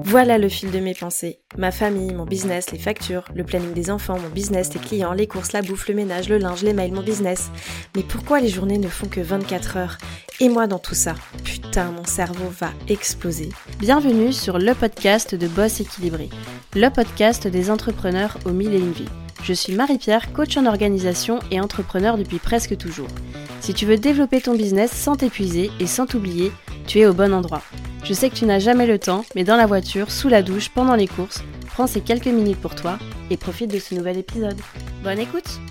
Voilà le fil de mes pensées. Ma famille, mon business, les factures, le planning des enfants, mon business, les clients, les courses, la bouffe, le ménage, le linge, les mails, mon business. Mais pourquoi les journées ne font que 24 heures? Et moi dans tout ça? Putain, mon cerveau va exploser. Bienvenue sur le podcast de Boss Équilibré, le podcast des entrepreneurs aux mille et une vies. Je suis Marie-Pierre, coach en organisation et entrepreneur depuis presque toujours. Si tu veux développer ton business sans t'épuiser et sans t'oublier, tu es au bon endroit. Je sais que tu n'as jamais le temps, mais dans la voiture, sous la douche, pendant les courses, prends ces quelques minutes pour toi et profite de ce nouvel épisode. Bonne écoute!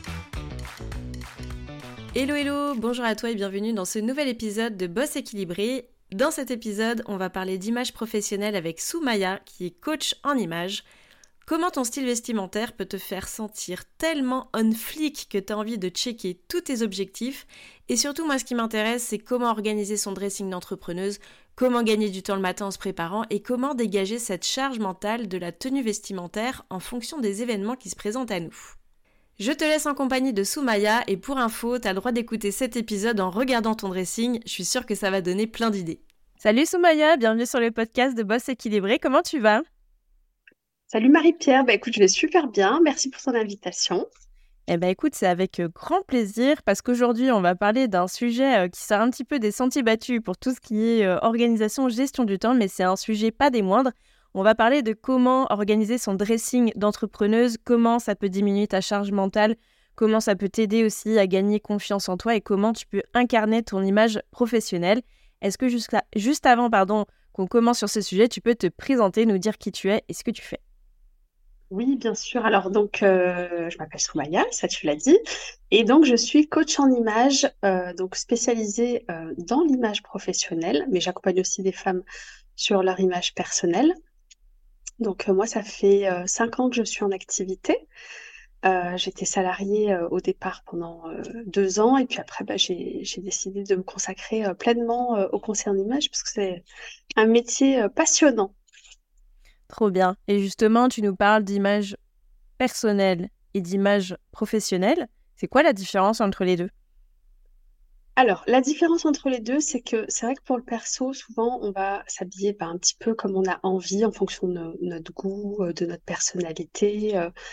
Hello, bonjour à toi et bienvenue dans ce nouvel épisode de Boss Équilibré. Dans cet épisode, on va parler d'image professionnelle avec Soumaya, qui est coach en images. Comment ton style vestimentaire peut te faire sentir tellement on fleek que tu as envie de checker tous tes objectifs. Et surtout, moi, ce qui m'intéresse, c'est comment organiser son dressing d'entrepreneuse, comment gagner du temps le matin en se préparant et comment dégager cette charge mentale de la tenue vestimentaire en fonction des événements qui se présentent à nous. Je te laisse en compagnie de Soumaya et pour info, tu as le droit d'écouter cet épisode en regardant ton dressing. Je suis sûre que ça va donner plein d'idées. Salut Soumaya, bienvenue sur le podcast de Boss Équilibré. Comment tu vas ? Salut Marie-Pierre, écoute, je vais super bien, merci pour ton invitation. Écoute, c'est avec grand plaisir parce qu'aujourd'hui, on va parler d'un sujet qui sort un petit peu des sentiers battus pour tout ce qui est organisation, gestion du temps, mais c'est un sujet pas des moindres. On va parler de comment organiser son dressing d'entrepreneuse, comment ça peut diminuer ta charge mentale, comment ça peut t'aider aussi à gagner confiance en toi et comment tu peux incarner ton image professionnelle. Est-ce que juste avant qu'on commence sur ce sujet, tu peux te présenter, nous dire qui tu es et ce que tu fais ? Oui, bien sûr. Alors je m'appelle Soumaya, ça tu l'as dit, et donc je suis coach en image, donc spécialisée dans l'image professionnelle, mais j'accompagne aussi des femmes sur leur image personnelle. Donc moi, ça fait 5 ans que je suis en activité. J'étais salariée au départ pendant 2 ans, et puis après, j'ai décidé de me consacrer pleinement au conseil en image parce que c'est un métier passionnant. Trop bien. Et justement, tu nous parles d'image personnelle et d'image professionnelle. C'est quoi la différence entre les deux ? Alors, la différence entre les deux, c'est que c'est vrai que pour le perso, souvent, on va s'habiller un petit peu comme on a envie en fonction de notre goût, de notre personnalité.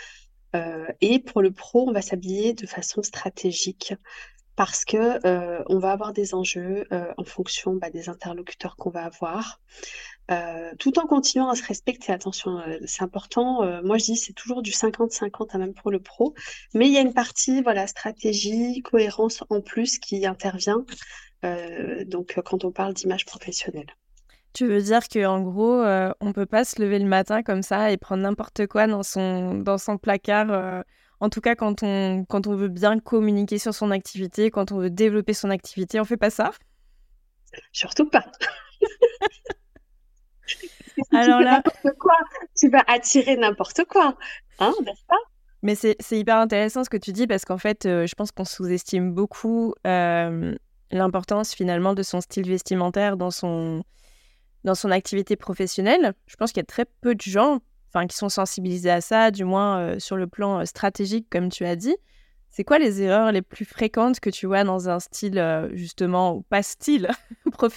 Et pour le pro, on va s'habiller de façon stratégique parce que on va avoir des enjeux en fonction des interlocuteurs qu'on va avoir. Tout en continuant à se respecter. Attention, c'est important. Moi, je dis c'est toujours du 50-50, hein, même pour le pro. Mais il y a une partie, voilà, stratégie, cohérence en plus qui intervient. Quand on parle d'image professionnelle. Tu veux dire qu'en gros, on peut pas se lever le matin comme ça et prendre n'importe quoi dans son placard. En tout cas, quand on veut bien communiquer sur son activité, quand on veut développer son activité, on fait pas ça ? Surtout pas. Si tu Alors fais là, n'importe quoi, tu vas attirer n'importe quoi. Hein, n'est-ce pas? mais c'est hyper intéressant ce que tu dis parce qu'en fait, je pense qu'on sous-estime beaucoup l'importance finalement de son style vestimentaire dans son activité professionnelle. Je pense qu'il y a très peu de gens qui sont sensibilisés à ça, du moins sur le plan stratégique, comme tu as dit. C'est quoi les erreurs les plus fréquentes que tu vois dans un style, justement, ou pas style, professionnel ?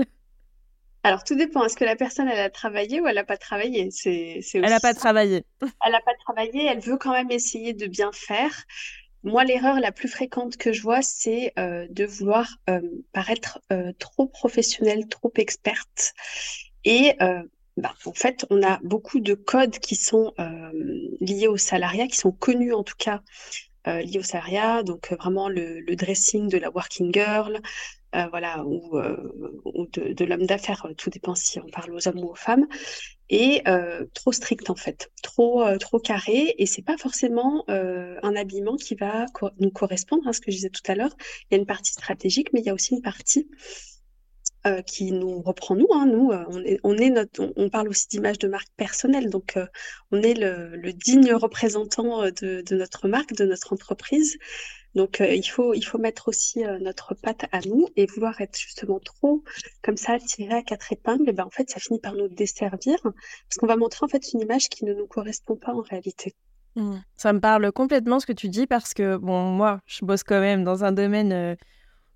Alors, tout dépend. Est-ce que la personne, elle a travaillé ou elle n'a pas travaillé? C'est Elle n'a aussi pas ça. travaillé. Elle n'a pas travaillé, elle veut quand même essayer de bien faire. Moi, l'erreur la plus fréquente que je vois, c'est de vouloir paraître trop professionnelle, trop experte. Et en fait, on a beaucoup de codes qui sont liés au salariat, qui sont connus en tout cas liés au salariat. Donc vraiment le dressing de la working girl, voilà, ou de l'homme d'affaires. Tout dépend si on parle aux hommes ou aux femmes. Et trop strict en fait, trop carré, et c'est pas forcément un habillement qui va nous correspondre, hein, ce que je disais tout à l'heure. Il y a une partie stratégique, mais il y a aussi une partie qui nous reprend nous, hein. Nous, on parle aussi d'image de marque personnelle, donc on est le digne représentant de notre marque, de notre entreprise. Donc il faut mettre aussi notre patte à nous, et vouloir être justement trop comme ça, tiré à quatre épingles, et en fait ça finit par nous desservir parce qu'on va montrer en fait une image qui ne nous correspond pas en réalité. Ça me parle complètement ce que tu dis parce que, bon, moi, je bosse quand même dans un domaine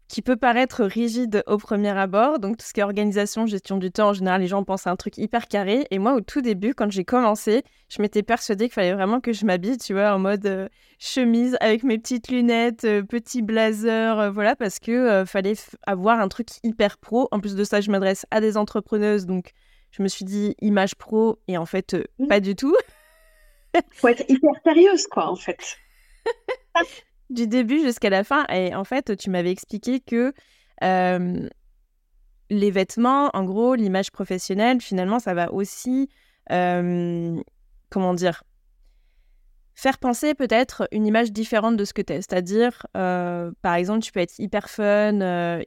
qui peut paraître rigide au premier abord. Donc, tout ce qui est organisation, gestion du temps, en général, les gens pensent à un truc hyper carré. Et moi, au tout début, quand j'ai commencé, je m'étais persuadée qu'il fallait vraiment que je m'habille, tu vois, en mode chemise avec mes petites lunettes, petit blazer, voilà, parce que fallait avoir un truc hyper pro. En plus de ça, je m'adresse à des entrepreneuses, donc je me suis dit image pro, et en fait, Oui. pas du tout. Faut être hyper sérieuse, quoi, en fait. Du début jusqu'à la fin. Et en fait, tu m'avais expliqué que les vêtements, en gros, l'image professionnelle, finalement, ça va aussi, comment dire, faire penser peut-être une image différente de ce que t'es. C'est-à-dire, par exemple, tu peux être hyper fun,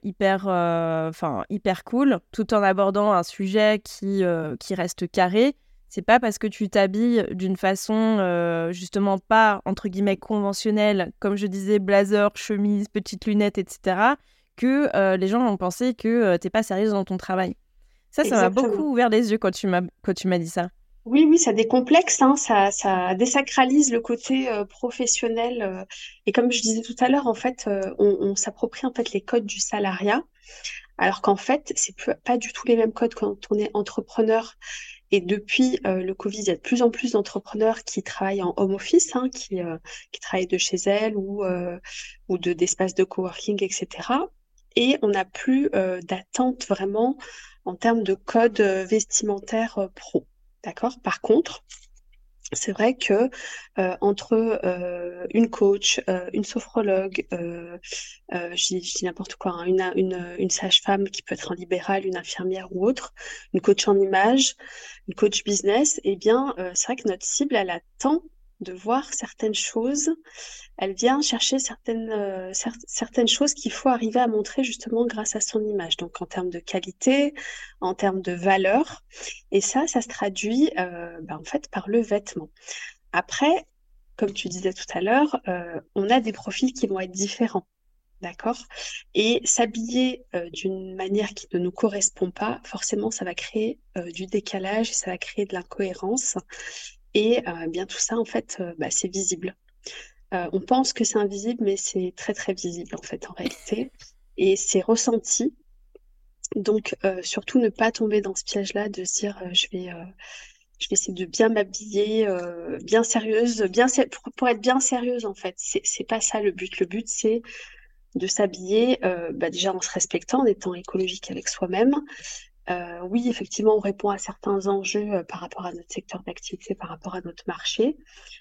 hyper cool, tout en abordant un sujet qui reste carré. C'est pas parce que tu t'habilles d'une façon, justement, pas, entre guillemets, conventionnelle, comme je disais, blazer, chemise, petites lunettes, etc., que les gens vont penser que t'es pas sérieuse dans ton travail. Ça m'a Exactement. beaucoup ouvert les yeux quand tu m'as dit ça. Oui, oui, ça décomplexe, hein, ça désacralise le côté professionnel. Et comme je disais tout à l'heure, en fait, on s'approprie en fait les codes du salariat, alors qu'en fait, pas du tout les mêmes codes quand on est entrepreneur. Et depuis le Covid, il y a de plus en plus d'entrepreneurs qui travaillent en home office, hein, qui travaillent de chez elles ou d'espaces de coworking, etc. Et on n'a plus d'attente vraiment en termes de code vestimentaire pro. D'accord? Par contre, c'est vrai que entre une coach, une sophrologue, je dis n'importe quoi, hein, une sage-femme qui peut être en libéral, une infirmière ou autre, une coach en image, une coach business, eh bien, c'est vrai que notre cible, elle attend de voir certaines choses. Elle vient chercher certaines choses qu'il faut arriver à montrer justement grâce à son image. Donc en termes de qualité, en termes de valeur. Et ça se traduit en fait par le vêtement. Après, comme tu disais tout à l'heure, on a des profils qui vont être différents. D'accord? Et s'habiller d'une manière qui ne nous correspond pas, forcément, ça va créer du décalage, ça va créer de l'incohérence. Et bien tout ça, en fait, c'est visible. On pense que c'est invisible, mais c'est très très visible en fait en réalité. Et c'est ressenti. Donc surtout ne pas tomber dans ce piège-là de se dire je vais essayer de bien m'habiller, bien sérieuse, pour être bien sérieuse en fait. C'est pas ça le but. Le but c'est de s'habiller déjà en se respectant, en étant écologique avec soi-même. Oui, effectivement, on répond à certains enjeux par rapport à notre secteur d'activité, par rapport à notre marché.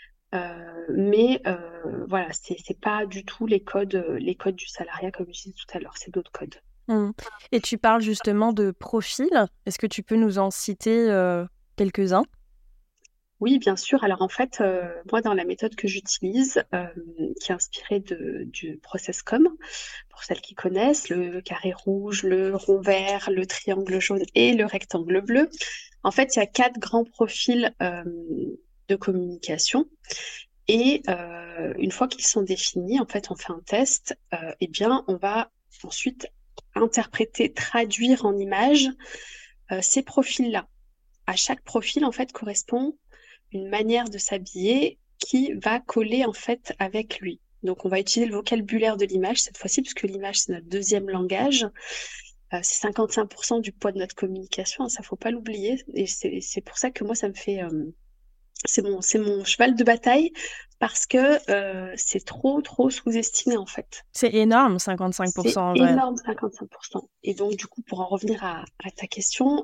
Mais voilà, c'est pas du tout les codes du salariat comme je disais tout à l'heure, c'est d'autres codes. Mm. Et tu parles justement de profils. Est-ce que tu peux nous en citer quelques-uns? Oui, bien sûr. Alors en fait, moi dans la méthode que j'utilise, qui est inspirée du ProcessCom, pour celles qui connaissent, le carré rouge, le rond vert, le triangle jaune et le rectangle bleu. En fait, il y a 4 grands profils de communication. Et une fois qu'ils sont définis, en fait, on fait un test. Eh bien, on va ensuite interpréter, traduire en images ces profils-là. À chaque profil, en fait, correspond une manière de s'habiller qui va coller, en fait, avec lui. Donc, on va utiliser le vocabulaire de l'image cette fois-ci, puisque l'image, c'est notre deuxième langage. C'est 55% du poids de notre communication, hein, ça, faut pas l'oublier. Et c'est pour ça que moi, ça me fait... c'est mon cheval de bataille parce que c'est trop sous-estimé en fait. C'est énorme, C'est 55% en vrai. énorme, 55%. Et donc, du coup, pour en revenir à ta question,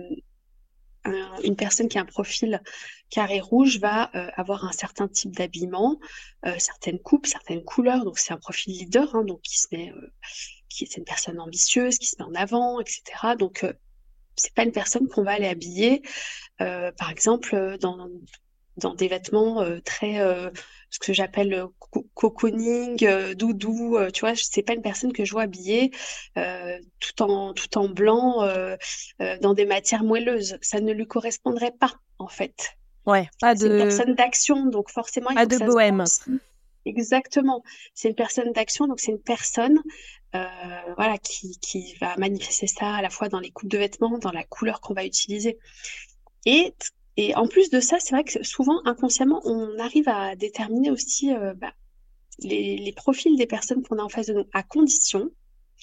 une personne qui a un profil carré rouge va avoir un certain type d'habillement, certaines coupes, certaines couleurs. Donc, c'est un profil leader, hein, donc c'est une personne ambitieuse, qui se met en avant, etc. Donc, c'est pas une personne qu'on va aller habiller, par exemple, dans des vêtements très ce que j'appelle cocooning, doudou, tu vois, c'est pas une personne que je vois habillée tout en blanc dans des matières moelleuses. Ça ne lui correspondrait pas, en fait. Ouais, C'est une personne d'action, donc forcément, il pas faut que de ça se voit bohème. aussi. Exactement. C'est une personne d'action, donc c'est une personne voilà, qui va manifester ça à la fois dans les coupes de vêtements, dans la couleur qu'on va utiliser. Et, et en plus de ça, c'est vrai que souvent, inconsciemment, on arrive à déterminer aussi les profils des personnes qu'on a en face de nous, à condition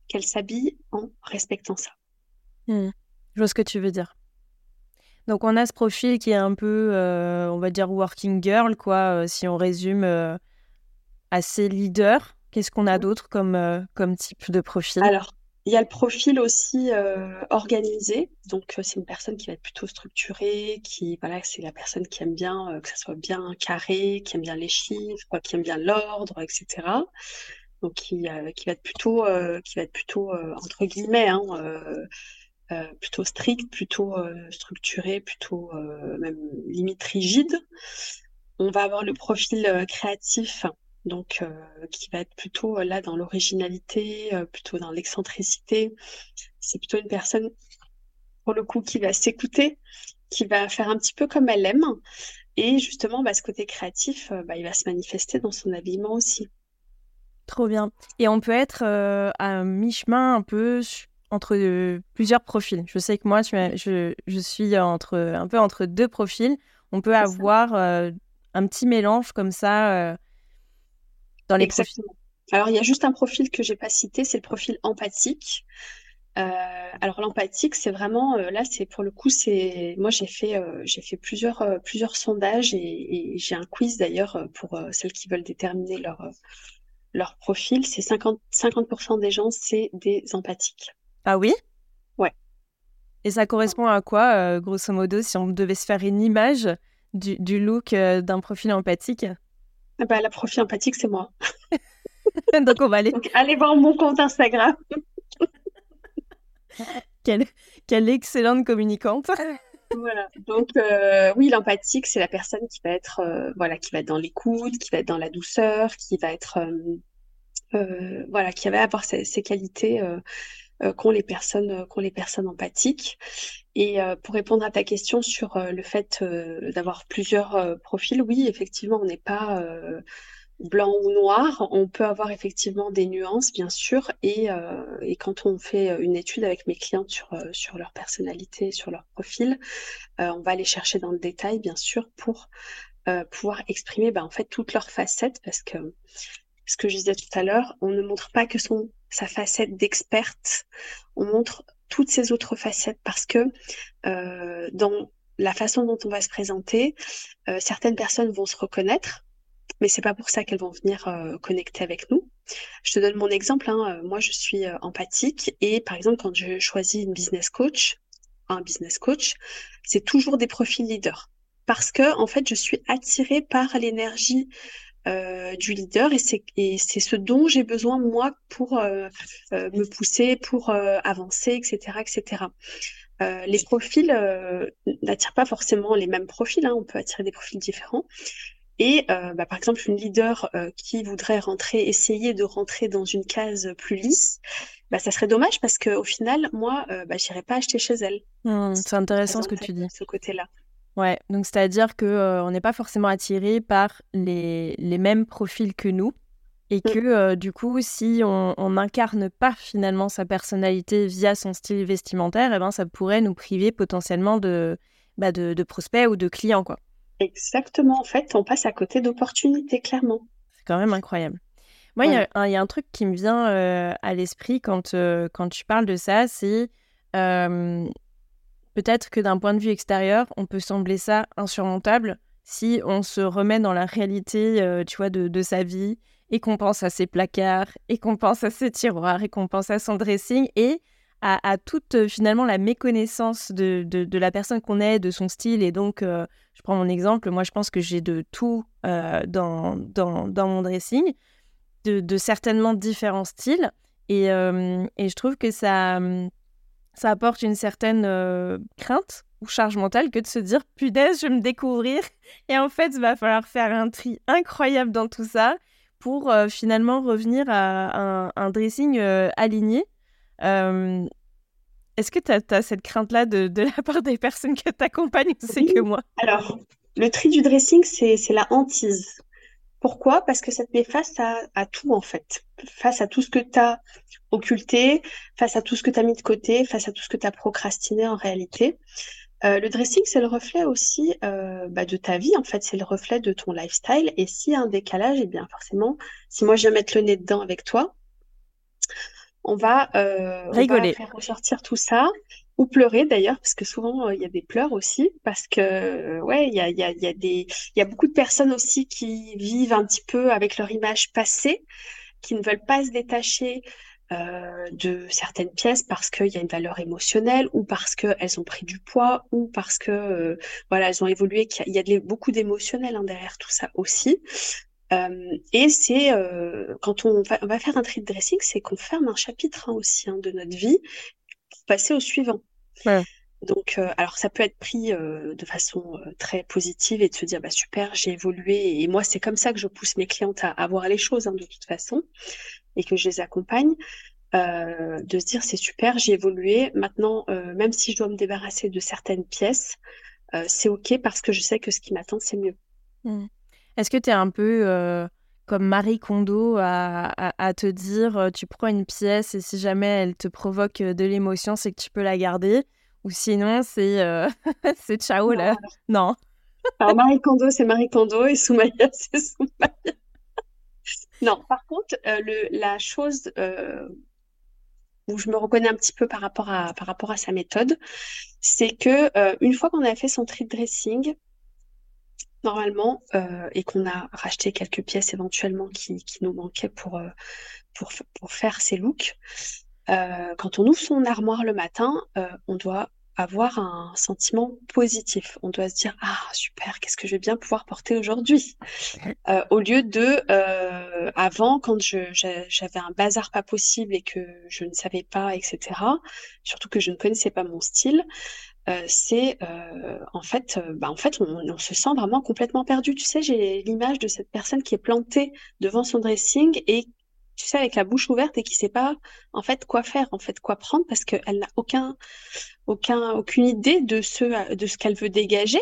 qu'elle s'habille en respectant ça. Je vois ce que tu veux dire. Donc, on a ce profil qui est un peu, on va dire, working girl, quoi, si on résume assez leader. Qu'est-ce qu'on a d'autre comme type de profil? Alors, il y a le profil aussi organisé. Donc, c'est une personne qui va être plutôt structurée, voilà, c'est la personne qui aime bien que ça soit bien carré, qui aime bien les chiffres, qui aime bien l'ordre, etc. Donc, qui va être plutôt entre guillemets, hein, plutôt strict, plutôt structuré, plutôt même limite rigide. On va avoir le profil créatif, donc qui va être plutôt là dans l'originalité, plutôt dans l'excentricité. C'est plutôt une personne, pour le coup, qui va s'écouter, qui va faire un petit peu comme elle aime. Et justement, bah, ce côté créatif, bah, il va se manifester dans son habillement aussi. Trop bien. Et on peut être à mi-chemin un peu entre plusieurs profils. Je sais que moi, je suis un peu entre deux profils. On peut C'est ça. avoir un petit mélange comme ça dans les profils. Exactement. Alors, il y a juste un profil que j'ai pas cité, c'est le profil empathique. Alors l'empathique, c'est vraiment là, c'est pour le coup, c'est moi j'ai fait plusieurs sondages et j'ai un quiz d'ailleurs pour celles qui veulent déterminer leur profil. C'est 50% des gens, c'est des empathiques. Ah oui? Ouais. Et ça correspond à quoi, grosso modo, si on devait se faire une image du look d'un profil empathique? Ah bah, la profil empathique, c'est moi. Donc on va aller. Donc allez voir mon compte Instagram. Quelle, quelle excellente communicante. Voilà. Donc oui, l'empathique, c'est la personne qui va être voilà, qui va être dans l'écoute, qui va être dans la douceur, qui va être voilà, qui va avoir ces qualités qu'ont les personnes empathiques. Et pour répondre à ta question sur le fait d'avoir plusieurs profils, oui, effectivement, on n'est pas blanc ou noir. On peut avoir effectivement des nuances, bien sûr. Et quand on fait une étude avec mes clientes sur leur personnalité, sur leur profil, on va aller chercher dans le détail, bien sûr, pour pouvoir exprimer en fait toutes leurs facettes, parce que ce que je disais tout à l'heure, on ne montre pas que sa facette d'experte, on montre toutes ses autres facettes parce que dans la façon dont on va se présenter, certaines personnes vont se reconnaître, mais c'est pas pour ça qu'elles vont venir connecter avec nous. Je te donne mon exemple, hein. Moi, je suis empathique et par exemple, quand je choisis un business coach, c'est toujours des profils leaders. Parce que, en fait, je suis attirée par l'énergie du leader et c'est ce dont j'ai besoin moi pour me pousser, pour avancer, etc., etc. Les profils n'attirent pas forcément les mêmes profils, hein, on peut attirer des profils différents. Et par exemple, une leader qui voudrait essayer de rentrer dans une case plus lisse, ça serait dommage parce qu'au final, moi, j'irai pas acheter chez elle. C'est intéressant ce que Présente tu dis. ce côté-là. Ouais, donc c'est-à-dire que on n'est pas forcément attiré par les mêmes profils que nous et Mm. que du coup, si on n'incarne pas finalement sa personnalité via son style vestimentaire, eh ben, ça pourrait nous priver potentiellement de prospects ou de clients, quoi. Exactement, en fait, on passe à côté d'opportunités, clairement. C'est quand même incroyable. Moi, Voilà. il y a un truc qui me vient à l'esprit quand tu parles de ça, c'est euh, peut-être que d'un point de vue extérieur, on peut sembler ça insurmontable si on se remet dans la réalité, tu vois, de sa vie et qu'on pense à ses placards et qu'on pense à ses tiroirs et qu'on pense à son dressing et à toute finalement la méconnaissance de la personne qu'on est, de son style. Et donc, je prends mon exemple, moi je pense que j'ai de tout dans mon dressing, de certainement différents styles. Et je trouve que ça apporte une certaine crainte ou charge mentale que de se dire punaise, je vais me découvrir. Et en fait, il va falloir faire un tri incroyable dans tout ça pour finalement revenir à un dressing aligné. Euh, Est-ce que tu as cette crainte-là de la part des personnes que tu accompagnes ou c'est Oui. que moi? Alors, le tri du dressing, c'est la hantise. Pourquoi? Parce que ça te met face à tout, en fait. Face à tout ce que tu as occulté, face à tout ce que tu as mis de côté, face à tout ce que tu as procrastiné en réalité. Le dressing, c'est le reflet aussi de ta vie, en fait. C'est le reflet de ton lifestyle. Et s'il y a un décalage, eh bien forcément, si moi je viens mettre le nez dedans avec toi, on va Rigoler. faire ressortir tout ça, ou pleurer d'ailleurs, parce que souvent il y a des pleurs aussi, parce que ouais, il y a beaucoup de personnes aussi qui vivent un petit peu avec leur image passée, qui ne veulent pas se détacher de certaines pièces parce qu'il y a une valeur émotionnelle ou parce qu'elles ont pris du poids ou parce que voilà, elles ont évolué, qu'il y a beaucoup d'émotionnel hein, derrière tout ça aussi. Et c'est quand on va faire un treat dressing, c'est qu'on ferme un chapitre hein, aussi hein, de notre vie pour passer au suivant. Ouais. Donc, alors ça peut être pris de façon très positive et de se dire bah super, j'ai évolué et moi c'est comme ça que je pousse mes clientes à voir les choses hein, de toute façon et que je les accompagne, de se dire c'est super, j'ai évolué. Maintenant, même si je dois me débarrasser de certaines pièces, c'est ok parce que je sais que ce qui m'attend c'est mieux. Mm. Est-ce que tu es un peu comme Marie Kondo à te dire tu prends une pièce et si jamais elle te provoque de l'émotion, c'est que tu peux la garder ou sinon c'est c'est ciao Non, là. Non. alors Marie Kondo c'est Marie Kondo et Soumaya c'est Soumaya. Non, par contre, la chose où je me reconnais un petit peu par rapport à sa méthode, c'est que une fois qu'on a fait son treat dressing, normalement, et qu'on a racheté quelques pièces éventuellement qui nous manquaient pour faire ces looks, quand on ouvre son armoire le matin, on doit avoir un sentiment positif. On doit se dire, ah super, qu'est-ce que je vais bien pouvoir porter aujourd'hui? Au lieu de avant quand j'avais un bazar pas possible et que je ne savais pas etc, surtout que je ne connaissais pas mon style, c'est en fait on se sent vraiment complètement perdu, tu sais, j'ai l'image de cette personne qui est plantée devant son dressing et tu sais avec la bouche ouverte et qui sait pas en fait quoi faire, en fait quoi prendre parce qu'elle n'a aucune idée de ce qu'elle veut dégager.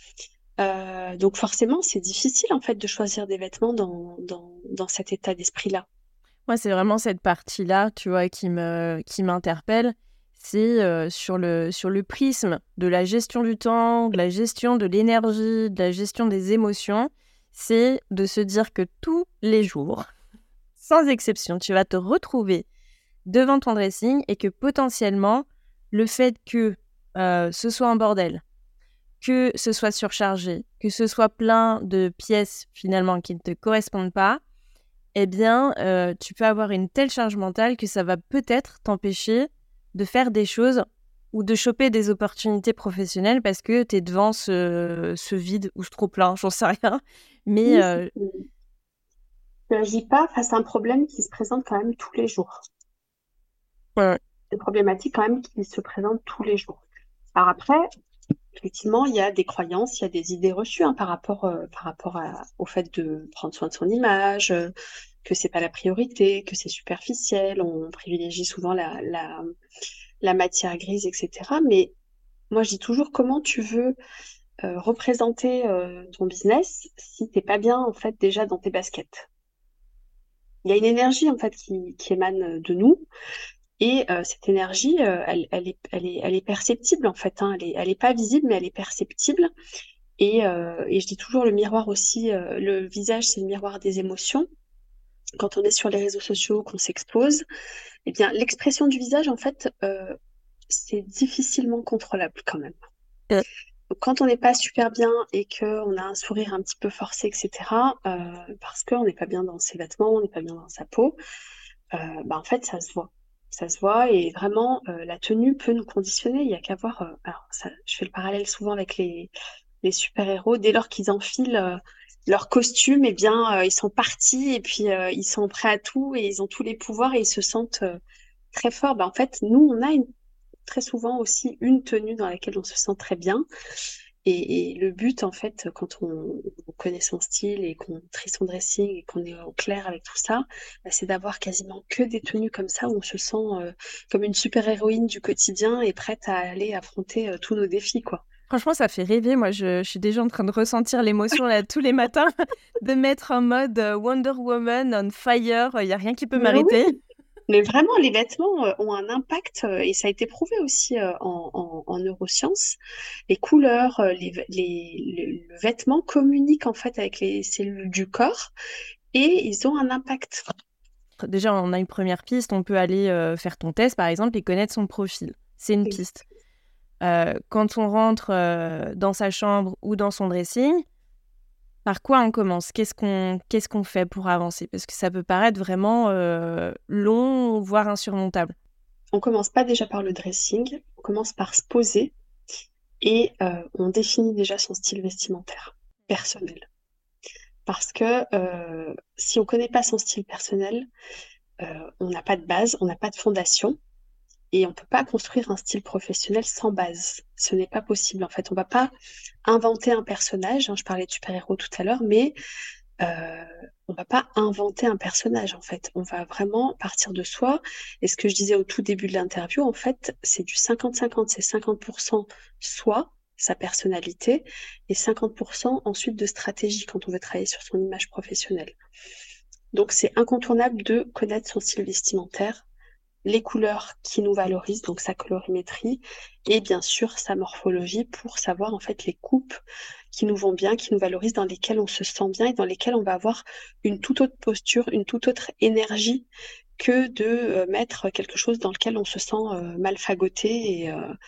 Donc forcément, c'est difficile en fait de choisir des vêtements dans cet état d'esprit-là. Moi, c'est vraiment cette partie-là, tu vois, qui m'interpelle. C'est sur le prisme de la gestion du temps, de la gestion de l'énergie, de la gestion des émotions. C'est de se dire que tous les jours, sans exception, tu vas te retrouver devant ton dressing et que potentiellement, le fait que ce soit en bordel, que ce soit surchargé, que ce soit plein de pièces finalement qui ne te correspondent pas, eh bien, tu peux avoir une telle charge mentale que ça va peut-être t'empêcher de faire des choses ou de choper des opportunités professionnelles parce que tu es devant ce vide ou ce trop-plein, j'en sais rien. Mais Oui, tu n'agis pas face à un problème qui se présente quand même tous les jours. ouais, Des problématiques quand même qui se présentent tous les jours. Alors après, effectivement, il y a des croyances, il y a des idées reçues hein, par rapport au fait de prendre soin de son image, que c'est pas la priorité, que c'est superficiel, on privilégie souvent la matière grise, etc. Mais moi, je dis toujours comment tu veux représenter ton business si t'es pas bien en fait déjà dans tes baskets. Il y a une énergie en fait qui émane de nous et cette énergie, elle est perceptible en fait. Hein. Elle est pas visible mais elle est perceptible. Et je dis toujours le miroir aussi, le visage c'est le miroir des émotions. Quand on est sur les réseaux sociaux, qu'on s'expose, eh bien l'expression du visage en fait c'est difficilement contrôlable quand même. euh, Quand on n'est pas super bien et qu'on a un sourire un petit peu forcé, etc., parce qu'on n'est pas bien dans ses vêtements, on n'est pas bien dans sa peau, bah, en fait, ça se voit. Ça se voit et vraiment, la tenue peut nous conditionner. Il y a qu'à voir. Alors, ça, je fais le parallèle souvent avec les super-héros. Dès lors qu'ils enfilent leur costume, eh bien, ils sont partis et puis ils sont prêts à tout et ils ont tous les pouvoirs et ils se sentent très forts. Bah, en fait, nous, on a très souvent aussi une tenue dans laquelle on se sent très bien. Et le but, en fait, quand on connaît son style et qu'on trie son dressing et qu'on est au clair avec tout ça, bah, c'est d'avoir quasiment que des tenues comme ça où on se sent comme une super-héroïne du quotidien et prête à aller affronter tous nos défis, quoi. franchement, ça fait rêver. Moi, je suis déjà en train de ressentir l'émotion là tous les matins, de mettre en mode Wonder Woman on fire. Il n'y a rien qui peut Mais oui, m'arrêter. mais vraiment, les vêtements ont un impact et ça a été prouvé aussi en neurosciences. Les couleurs, le vêtement communique en fait avec les cellules du corps et ils ont un impact. Déjà, on a une première piste, on peut aller faire ton test, par exemple, et connaître son profil. C'est une piste. Quand on rentre dans sa chambre ou dans son dressing, par quoi on commence ? Qu'est-ce qu'on fait pour avancer ? Parce que ça peut paraître vraiment long, voire insurmontable. On commence pas déjà par le dressing, on commence par se poser et on définit déjà son style vestimentaire personnel. Parce que si on connaît pas son style personnel, on n'a pas de base, on n'a pas de fondation. Et on ne peut pas construire un style professionnel sans base. Ce n'est pas possible. En fait, on ne va pas inventer un personnage. Je parlais de super-héros tout à l'heure, mais on ne va pas inventer un personnage. En fait, on va vraiment partir de soi. Et ce que je disais au tout début de l'interview, en fait, c'est du 50-50. C'est 50% soi, sa personnalité, et 50% ensuite de stratégie quand on veut travailler sur son image professionnelle. Donc, c'est incontournable de connaître son style vestimentaire, les couleurs qui nous valorisent, donc sa colorimétrie, et bien sûr sa morphologie pour savoir en fait les coupes qui nous vont bien, qui nous valorisent, dans lesquelles on se sent bien et dans lesquelles on va avoir une toute autre posture, une toute autre énergie que de mettre quelque chose dans lequel on se sent mal fagoté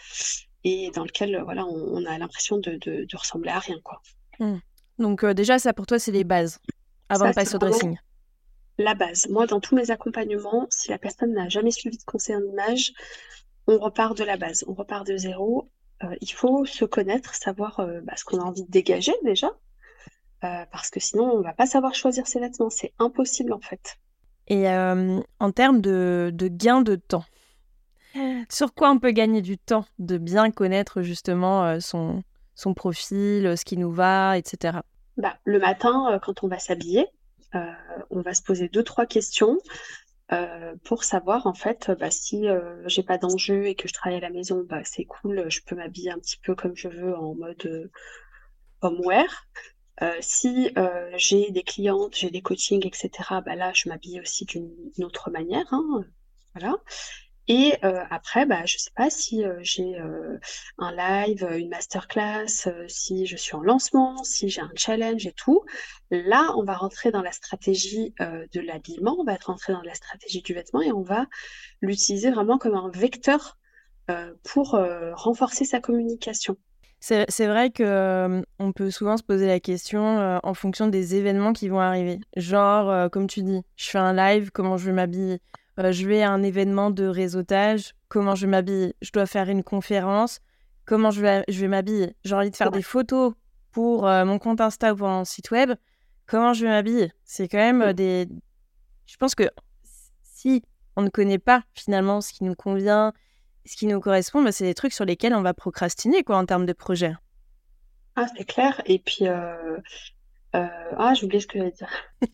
et dans lequel voilà, on a l'impression de ressembler à rien, quoi. Donc déjà, ça pour toi, c'est les bases, avant Ça, de passer c'est au dressing. la base. Moi, dans tous mes accompagnements, si la personne n'a jamais suivi de conseil en image, on repart de la base, on repart de zéro. Il faut se connaître, savoir ce qu'on a envie de dégager déjà, parce que sinon on va pas savoir choisir ses vêtements, c'est impossible en fait. Et en termes de gain de temps, sur quoi on peut gagner du temps de bien connaître justement son profil, ce qui nous va, etc. Le matin, quand on va s'habiller, on va se poser 2-3 questions pour savoir en fait si j'ai pas d'enjeu et que je travaille à la maison, c'est cool, je peux m'habiller un petit peu comme je veux en mode homeware. Si j'ai des clientes, j'ai des coachings, etc., là, je m'habille aussi d'une autre manière, hein, voilà. Et après, je sais pas si j'ai un live, une masterclass, si je suis en lancement, si j'ai un challenge et tout. Là, on va rentrer dans la stratégie de l'habillement, on va rentrer dans la stratégie du vêtement et on va l'utiliser vraiment comme un vecteur pour renforcer sa communication. C'est vrai que on peut souvent se poser la question en fonction des événements qui vont arriver. Genre, comme tu dis, je fais un live, comment je vais m'habiller ? Je vais à un événement de réseautage, comment je vais m'habiller ? Je dois faire une conférence, comment je vais m'habiller ? J'ai envie de faire des photos pour mon compte Insta ou pour mon site web, comment je vais m'habiller ? C'est quand même des... Je pense que si on ne connaît pas finalement ce qui nous convient, ce qui nous correspond, c'est des trucs sur lesquels on va procrastiner en termes de projet. Ah, c'est clair. Et puis, j'ai oublié ce que j'allais dire.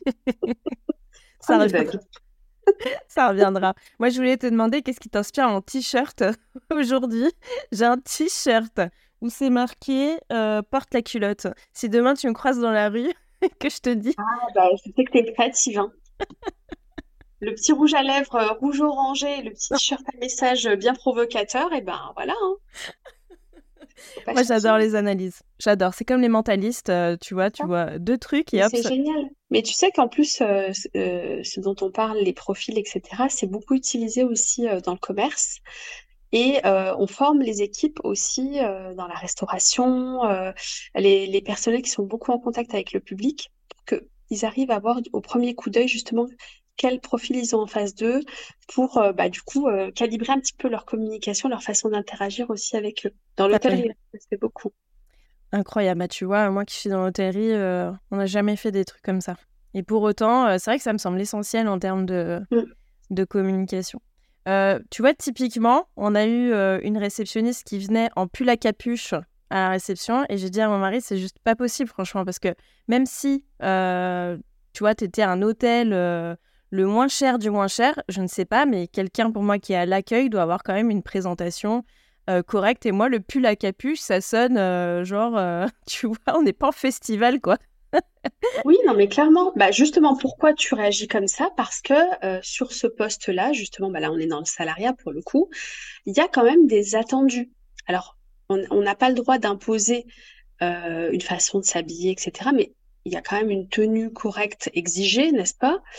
Ça reviendra. Ça reviendra. Moi, je voulais te demander qu'est-ce qui t'inspire en t-shirt aujourd'hui. J'ai un t-shirt où c'est marqué porte la culotte. Si demain tu me croises dans la rue, que je te dis. Je sais que t'es créative, hein. Le petit rouge à lèvres rouge orangé, le petit t-shirt à message bien provocateur, et voilà, hein. Moi, j'adore les analyses. J'adore. C'est comme les mentalistes, tu vois deux trucs et hop. C'est génial. Mais tu sais qu'en plus, ce dont on parle, les profils, etc., c'est beaucoup utilisé aussi dans le commerce. Et on forme les équipes aussi dans la restauration, les personnels qui sont beaucoup en contact avec le public, pour qu'ils arrivent à voir au premier coup d'œil justement quel profil ils ont en face d'eux pour calibrer un petit peu leur communication, leur façon d'interagir aussi avec eux. Dans l'hôtellerie, ça se fait beaucoup. Incroyable. Tu vois, moi qui suis dans l'hôtellerie, on n'a jamais fait des trucs comme ça. Et pour autant, c'est vrai que ça me semble essentiel en termes de communication. Tu vois, typiquement, on a eu une réceptionniste qui venait en pull à capuche à la réception et j'ai dit à mon mari, c'est juste pas possible, franchement, parce que même si, tu vois, t'étais un hôtel le moins cher du moins cher, je ne sais pas, mais quelqu'un pour moi qui est à l'accueil doit avoir quand même une présentation correcte. Et moi, le pull à capuche, ça sonne tu vois, on n'est pas en festival, quoi. Oui, non, mais clairement, justement, pourquoi tu réagis comme ça? Parce que sur ce poste-là, justement, là, on est dans le salariat pour le coup, il y a quand même des attendus. Alors, on n'a pas le droit d'imposer une façon de s'habiller, etc., mais il y a quand même une tenue correcte exigée, n'est-ce pas?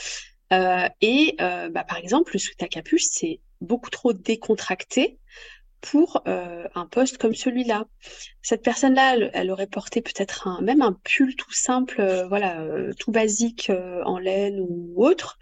Par exemple, le sweat à capuche, c'est beaucoup trop décontracté pour un poste comme celui-là. Cette personne-là, elle aurait porté peut-être même un pull tout simple, tout basique en laine ou autre.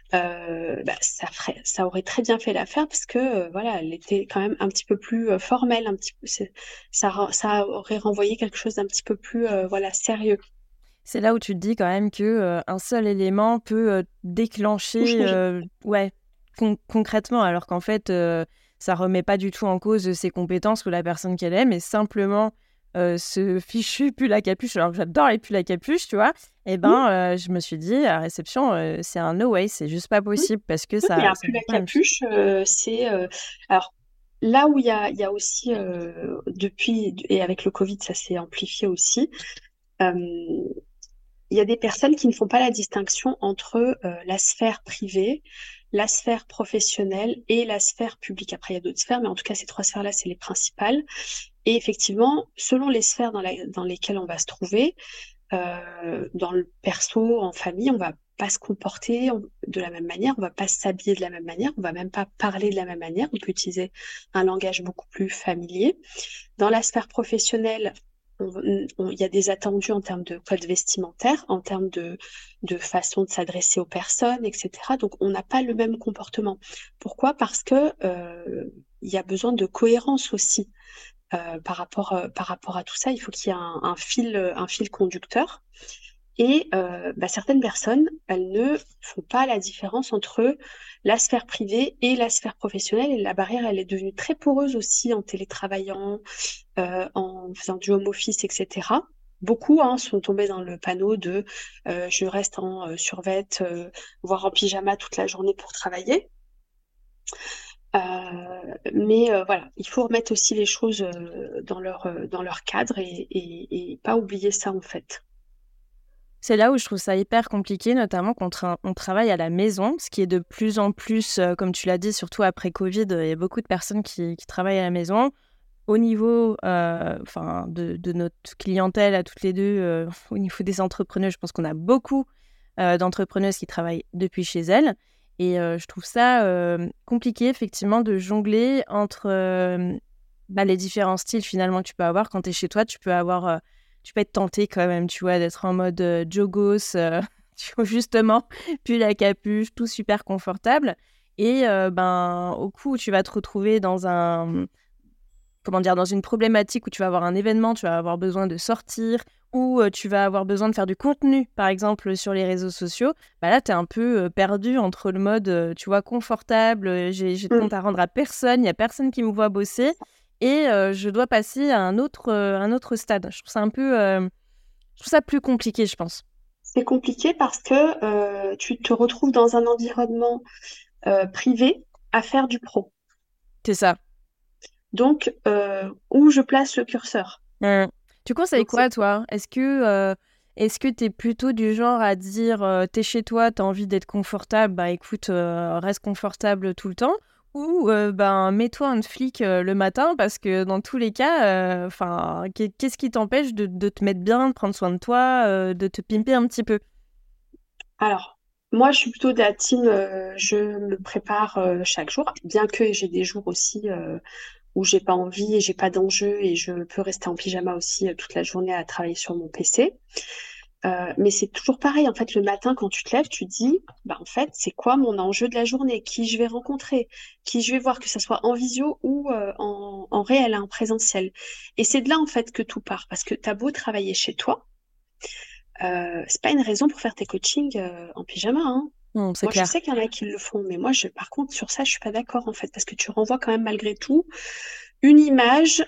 Ça aurait très bien fait l'affaire parce que voilà, elle était quand même un petit peu plus formelle, un petit peu, ça aurait renvoyé quelque chose d'un petit peu plus sérieux. C'est là où tu te dis quand même que un seul élément peut Tout déclencher, changer. ouais, concrètement, alors qu'en fait, ça remet pas du tout en cause ses compétences ou la personne qu'elle est, mais simplement ce fichu pull à capuche, alors que j'adore les pulls à capuche, tu vois, et Oui, je me suis dit, à la réception, c'est un no way, c'est juste pas oui, possible parce que oui, mais un ça pull vaut à pas la même chose. capuche, c'est alors là où il y a aussi depuis et avec le Covid, ça s'est amplifié aussi. euh, il y a des personnes qui ne font pas la distinction entre la sphère privée, la sphère professionnelle et la sphère publique. Après, il y a d'autres sphères, mais en tout cas, ces trois sphères-là, c'est les principales. Et effectivement, selon les sphères dans lesquelles on va se trouver, dans le perso, en famille, on va pas se comporter de la même manière, on va pas s'habiller de la même manière, on va même pas parler de la même manière, on peut utiliser un langage beaucoup plus familier. Dans la sphère professionnelle, il y a des attendus en termes de code vestimentaire, en termes de façon de s'adresser aux personnes, etc. Donc, on n'a pas le même comportement. Pourquoi? Parce que il y a besoin de cohérence aussi par rapport à tout ça. Il faut qu'il y ait un fil conducteur. Et certaines personnes, elles ne font pas la différence entre la sphère privée et la sphère professionnelle. Et la barrière, elle est devenue très poreuse aussi en télétravaillant, en faisant du home office, etc. Beaucoup sont tombés dans le panneau de je reste en survêt, voire en pyjama toute la journée pour travailler. Voilà, il faut remettre aussi les choses dans leur cadre et pas oublier ça en fait. C'est là où je trouve ça hyper compliqué, notamment quand on travaille à la maison, ce qui est de plus en plus, comme tu l'as dit, surtout après Covid, il y a beaucoup de personnes qui travaillent à la maison. Au niveau de notre clientèle à toutes les deux, au niveau des entrepreneurs, je pense qu'on a beaucoup d'entrepreneuses qui travaillent depuis chez elles. Et je trouve ça compliqué, effectivement, de jongler entre les différents styles, finalement, que tu peux avoir. Quand tu es chez toi, tu peux être tenté quand même, tu vois, d'être en mode jogos, tu vois, justement, puis la capuche, tout super confortable. Et au coup où tu vas te retrouver dans une problématique où tu vas avoir un événement, tu vas avoir besoin de sortir ou tu vas avoir besoin de faire du contenu, par exemple, sur les réseaux sociaux, là, tu es un peu perdu entre le mode, tu vois, confortable, j'ai de Mm. compte à rendre à personne, il n'y a personne qui me voit bosser et je dois passer à un autre stade. Je trouve ça je trouve ça plus compliqué, je pense. C'est compliqué parce que tu te retrouves dans un environnement privé à faire du pro. C'est ça. Donc, où je place le curseur? Mmh. Tu conseilles Donc, c'est quoi, toi? Est-ce que t'es plutôt du genre à dire t'es chez toi, t'as envie d'être confortable, bah écoute, reste confortable tout le temps, ou mets-toi un flic le matin parce que dans tous les cas, qu'est-ce qui t'empêche de te mettre bien, de prendre soin de toi, de te pimper un petit peu? Alors, moi, je suis plutôt de la team, je me prépare chaque jour, bien que j'ai des jours aussi où j'ai pas envie et j'ai pas d'enjeu et je peux rester en pyjama aussi toute la journée à travailler sur mon PC. Mais c'est toujours pareil, en fait, le matin, quand tu te lèves, tu te dis, bah, en fait, c'est quoi mon enjeu de la journée? Qui je vais rencontrer? Qui je vais voir, que ce soit en visio ou en réel, en présentiel. Et c'est de là, en fait, que tout part. Parce que t'as beau travailler chez toi, c'est pas une raison pour faire tes coachings en pyjama, hein. C'est Moi, je clair. sais qu'il y en a qui le font, mais moi, par contre, sur ça, je suis pas d'accord, en fait, parce que tu renvoies quand même, malgré tout, une image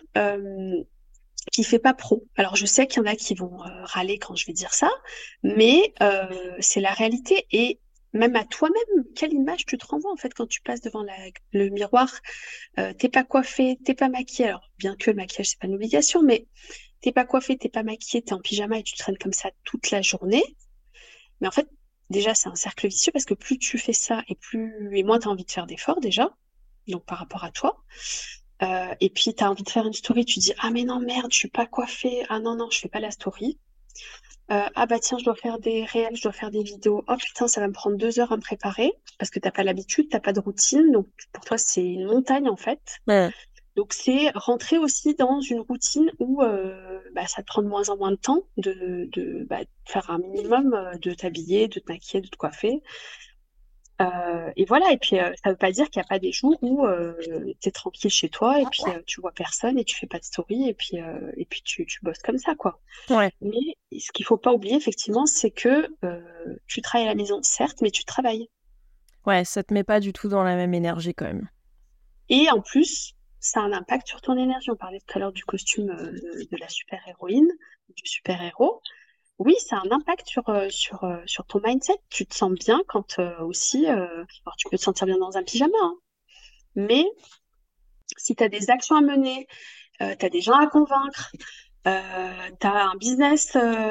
qui fait pas pro. Alors, je sais qu'il y en a qui vont râler quand je vais dire ça, mais c'est la réalité. Et même à toi-même, quelle image tu te renvoies, en fait, quand tu passes devant le miroir? T'es pas coiffé, t'es pas maquillé. Alors, bien que le maquillage, c'est pas une obligation, mais t'es pas coiffé, t'es pas maquillé, t'es en pyjama et tu traînes comme ça toute la journée. Mais en fait, déjà, c'est un cercle vicieux parce que plus tu fais ça et moins tu as envie de faire d'efforts déjà, donc par rapport à toi. Et puis, tu as envie de faire une story, tu dis, ah mais non, merde, je suis pas coiffée. Ah non, non, je fais pas la story. Ah bah tiens, je dois faire des réels, je dois faire des vidéos. Oh putain, ça va me prendre 2 heures à me préparer parce que t'as pas l'habitude, t'as pas de routine. Donc pour toi, c'est une montagne en fait. Ouais. Donc c'est rentrer aussi dans une routine où bah, ça te prend de moins en moins de temps de faire un minimum, de t'habiller, de te maquiller, de te coiffer. Et voilà, et puis ça veut pas dire qu'il n'y a pas des jours où tu es tranquille chez toi et puis tu vois personne et tu fais pas de story et puis tu bosses comme ça, quoi. Ouais. Mais ce qu'il faut pas oublier, effectivement, c'est que tu travailles à la maison, certes, mais tu travailles. Ouais, ça te met pas du tout dans la même énergie quand même. Et en plus, ça a un impact sur ton énergie. On parlait tout à l'heure du costume de la super-héroïne, du super-héros. Oui, ça a un impact sur ton mindset. Tu te sens bien quand aussi, alors tu peux te sentir bien dans un pyjama, hein, mais si tu as des actions à mener, tu as des gens à convaincre, tu as un business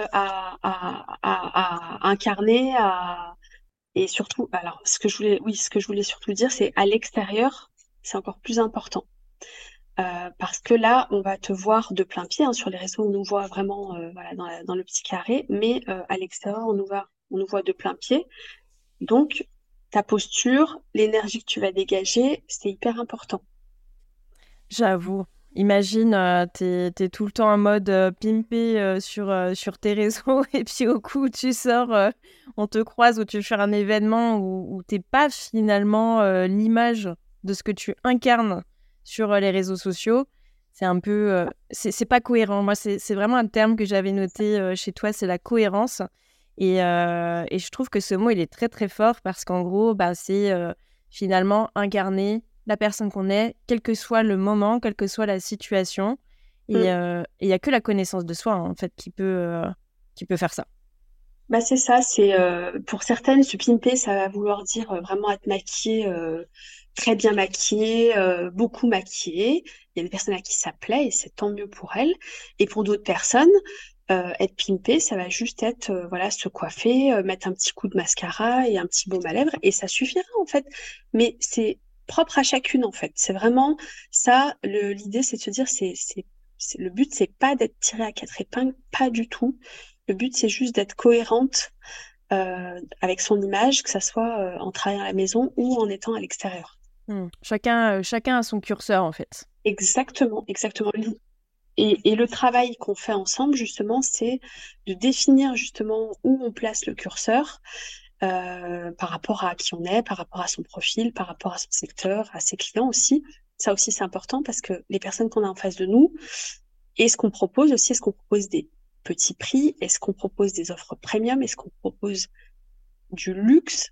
à incarner, et surtout, alors ce que je voulais surtout dire, c'est à l'extérieur, c'est encore plus important. Parce que là, on va te voir de plein pied, hein, sur les réseaux, on nous voit vraiment voilà, dans le petit carré, mais à l'extérieur, on nous voit de plein pied. Donc, ta posture, l'énergie que tu vas dégager, c'est hyper important. J'avoue. Imagine, t'es tout le temps en mode pimpé sur tes réseaux et puis au coup où tu sors, on te croise ou tu fais un événement où t'es pas finalement l'image de ce que tu incarnes sur les réseaux sociaux. C'est un peu... c'est pas cohérent. Moi, c'est vraiment un terme que j'avais noté chez toi, c'est la cohérence. Et je trouve que ce mot, il est très très fort parce qu'en gros, bah, c'est finalement incarner la personne qu'on est, quel que soit le moment, quelle que soit la situation. Et Mm. il n'y a que la connaissance de soi, hein, en fait, qui peut faire ça. Bah c'est ça, c'est pour certaines, se pimper, ça va vouloir dire vraiment être maquillée, très bien maquillée, beaucoup maquillée. Il y a des personnes à qui ça plaît et c'est tant mieux pour elles. Et pour d'autres personnes, être pimpée, ça va juste être voilà, se coiffer, mettre un petit coup de mascara et un petit baume à lèvres et ça suffira en fait. Mais c'est propre à chacune en fait. C'est vraiment ça. L'idée, c'est de se dire, le but, c'est pas d'être tiré à quatre épingles, pas du tout. Le but, c'est juste d'être cohérente avec son image, que ça soit en travaillant à la maison ou en étant à l'extérieur. Chacun a son curseur, en fait. Exactement, exactement. Et le travail qu'on fait ensemble, justement, c'est de définir justement où on place le curseur par rapport à qui on est, par rapport à son profil, par rapport à son secteur, à ses clients aussi. Ça aussi, c'est important parce que les personnes qu'on a en face de nous, et ce qu'on propose aussi, est-ce qu'on propose des petits prix, est-ce qu'on propose des offres premium, est-ce qu'on propose du luxe,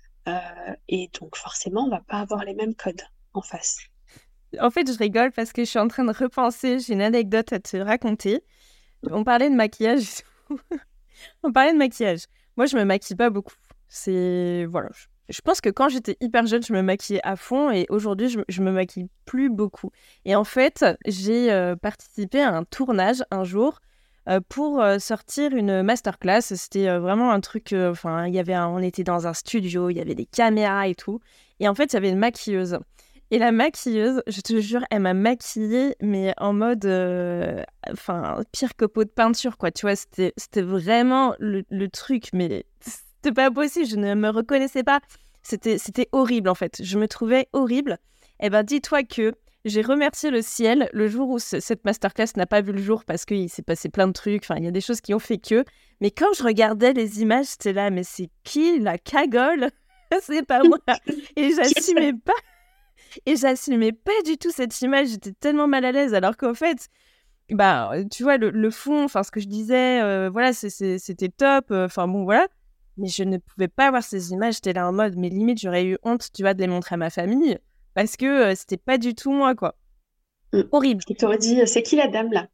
et donc forcément, on va pas avoir les mêmes codes en face. En fait, je rigole parce que je suis en train de repenser, j'ai une anecdote à te raconter. On parlait de maquillage et tout. On parlait de maquillage. Moi, je me maquille pas beaucoup. C'est... Voilà. Je pense que quand j'étais hyper jeune, je me maquillais à fond et aujourd'hui, je me maquille plus beaucoup. Et en fait, j'ai participé à un tournage un jour pour sortir une masterclass. C'était vraiment un truc... Enfin, on était dans un studio, il y avait des caméras et tout. Et en fait, il y avait une maquilleuse. Et la maquilleuse, je te jure, elle m'a maquillée, mais en mode... Enfin, pire que pot de peinture, quoi. Tu vois, c'était vraiment le truc, mais c'était pas possible. Je ne me reconnaissais pas. C'était horrible, en fait. Je me trouvais horrible. Eh ben, dis-toi que j'ai remercié le ciel le jour où cette masterclass n'a pas vu le jour parce qu'il s'est passé plein de trucs. Enfin, il y a des choses qui ont fait que. Mais quand je regardais les images, j'étais là, mais c'est qui la cagole? C'est pas moi. Et j'assumais pas. Et j'assumais pas du tout cette image. J'étais tellement mal à l'aise. Alors qu'en fait, bah, tu vois, le fond, enfin, ce que je disais, voilà, c'était top. Enfin, bon, voilà. Mais je ne pouvais pas voir ces images. J'étais là en mode, mais limite, j'aurais eu honte, tu vois, de les montrer à ma famille. Parce que c'était pas du tout moi, quoi. Mm. Horrible. Il t'aurait dit, c'est qui la dame là?